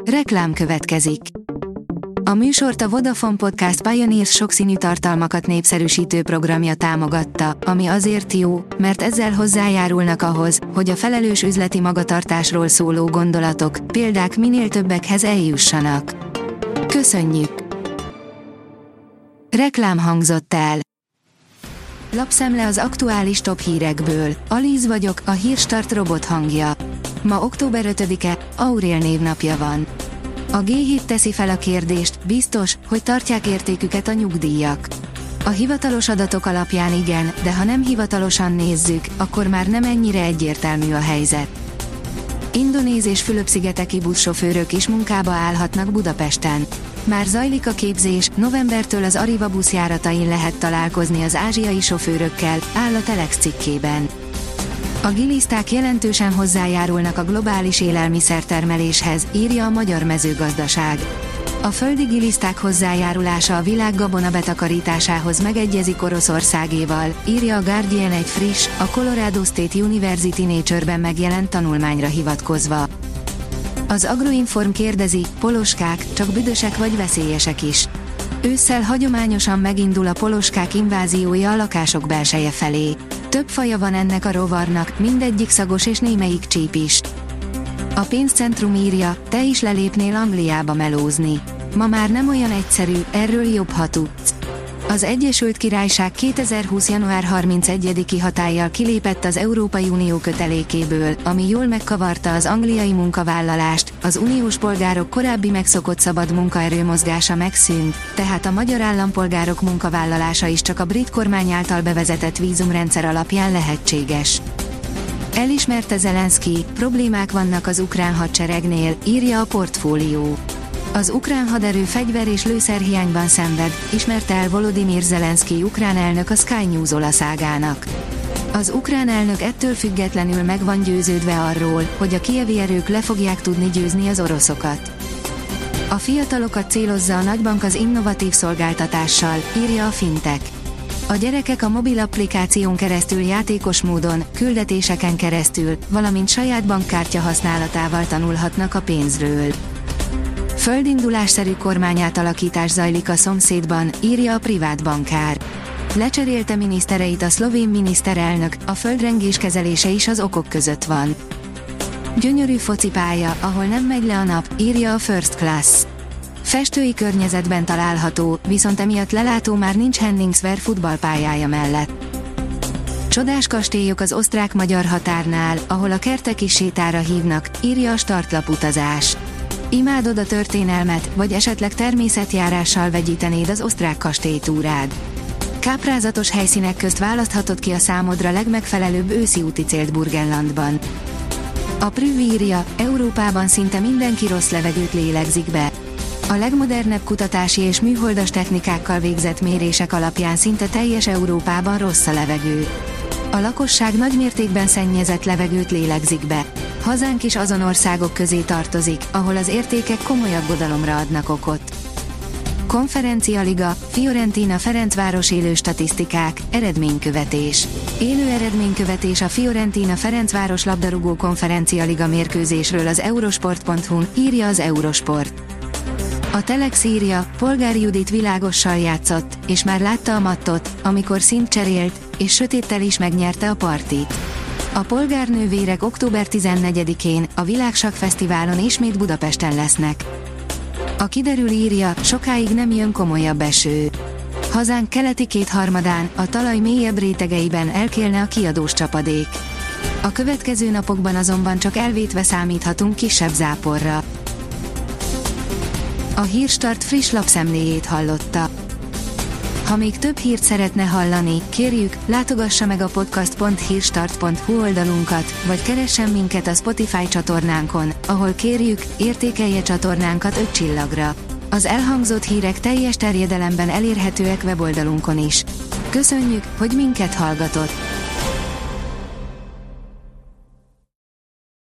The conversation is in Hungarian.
Reklám következik. A műsort a Vodafone Podcast Pioneers sokszínű tartalmakat népszerűsítő programja támogatta, ami azért jó, mert ezzel hozzájárulnak ahhoz, hogy a felelős üzleti magatartásról szóló gondolatok, példák minél többekhez eljussanak. Köszönjük! Reklám hangzott el. Lapszemle az aktuális top hírekből. Alíz vagyok, a Hírstart robot hangja. Ma október 5-e, Aurél névnapja van. A G7 teszi fel a kérdést, biztos, hogy tartják értéküket a nyugdíjak. A hivatalos adatok alapján igen, de ha nem hivatalosan nézzük, akkor már nem ennyire egyértelmű a helyzet. Indonéz és Fülöp-szigeteki buszsofőrök is munkába állhatnak Budapesten. Már zajlik a képzés, novembertől az Arriva buszjáratain lehet találkozni az ázsiai sofőrökkel, áll a Telex cikkében. A giliszták jelentősen hozzájárulnak a globális élelmiszertermeléshez, írja a Magyar Mezőgazdaság. A földi giliszták hozzájárulása a világ gabona betakarításához megegyezik Oroszországéval, írja a Guardian egy friss, a Colorado State University Nature-ben megjelent tanulmányra hivatkozva. Az Agroinform kérdezi, poloskák, csak büdösek vagy veszélyesek is. Ősszel hagyományosan megindul a poloskák inváziója a lakások belseje felé. Több faja van ennek a rovarnak, mindegyik szagos és némelyik csíp is. A Pénzcentrum írja, te is lelépnél Angliába melózni. Ma már nem olyan egyszerű, erről jobb ha tudsz. Az Egyesült Királyság 2020. január 31-i hatállyal kilépett az Európai Unió kötelékéből, ami jól megkavarta az angliai munkavállalást, az uniós polgárok korábbi megszokott szabad munkaerő mozgása megszűnt, tehát a magyar állampolgárok munkavállalása is csak a brit kormány által bevezetett vízumrendszer alapján lehetséges. Elismerte Zelenszky, problémák vannak az ukrán hadseregnél, írja a Portfólió. Az ukrán haderő fegyver- és lőszerhiányban szenved, ismerte el Volodymyr Zelenszky ukrán elnök a Sky News olaszágának. Az ukrán elnök ettől függetlenül meg van győződve arról, hogy a kijevi erők le fogják tudni győzni az oroszokat. A fiatalokat célozza a nagybank az innovatív szolgáltatással, írja a Fintech. A gyerekek a mobil applikáción keresztül játékos módon, küldetéseken keresztül, valamint saját bankkártya használatával tanulhatnak a pénzről. Földindulásszerű kormányátalakítás zajlik a szomszédban, írja a privát bankár. Lecserélte minisztereit a szlovén miniszterelnök, a földrengés kezelése is az okok között van. Gyönyörű focipálya, ahol nem megy le a nap, írja a First Class. Festői környezetben található, viszont emiatt lelátó már nincs Henningsver futballpályája mellett. Csodás kastélyok az osztrák-magyar határnál, ahol a kertek is sétára hívnak, írja a Startlap utazás. Imádod a történelmet, vagy esetleg természetjárással vegyítenéd az osztrák kastélytúrád. Káprázatos helyszínek közt választhatod ki a számodra legmegfelelőbb őszi úti célt Burgenlandban. A Prüv írja, Európában szinte mindenki rossz levegőt lélegzik be. A legmodernebb kutatási és műholdas technikákkal végzett mérések alapján szinte teljes Európában rossz a levegő. A lakosság nagymértékben szennyezett levegőt lélegzik be. Hazánk is azon országok közé tartozik, ahol az értékek komoly aggodalomra adnak okot. Konferencialiga, Fiorentina-Ferencváros élő statisztikák, eredménykövetés. Élő eredménykövetés a Fiorentina-Ferencváros labdarúgó konferencialiga mérkőzésről az Eurosport.hu-n, írja az Eurosport. A Telex írja, Polgár Judit világossal játszott, és már látta a mattot, amikor szint cserélt, és sötéttel is megnyerte a partit. A polgárnővérek október 14-én a Világsakkfesztiválon ismét Budapesten lesznek. A Kiderül írja, sokáig nem jön komolyabb eső. Hazánk keleti kétharmadán, a talaj mélyebb rétegeiben elkélne a kiadós csapadék. A következő napokban azonban csak elvétve számíthatunk kisebb záporra. A Hírstart friss lapszemléjét hallotta. Ha még több hírt szeretne hallani, kérjük, látogassa meg a podcast.hírstart.hu oldalunkat, vagy keressen minket a Spotify csatornánkon, ahol kérjük, értékelje csatornánkat 5 csillagra. Az elhangzott hírek teljes terjedelemben elérhetőek weboldalunkon is. Köszönjük, hogy minket hallgatott!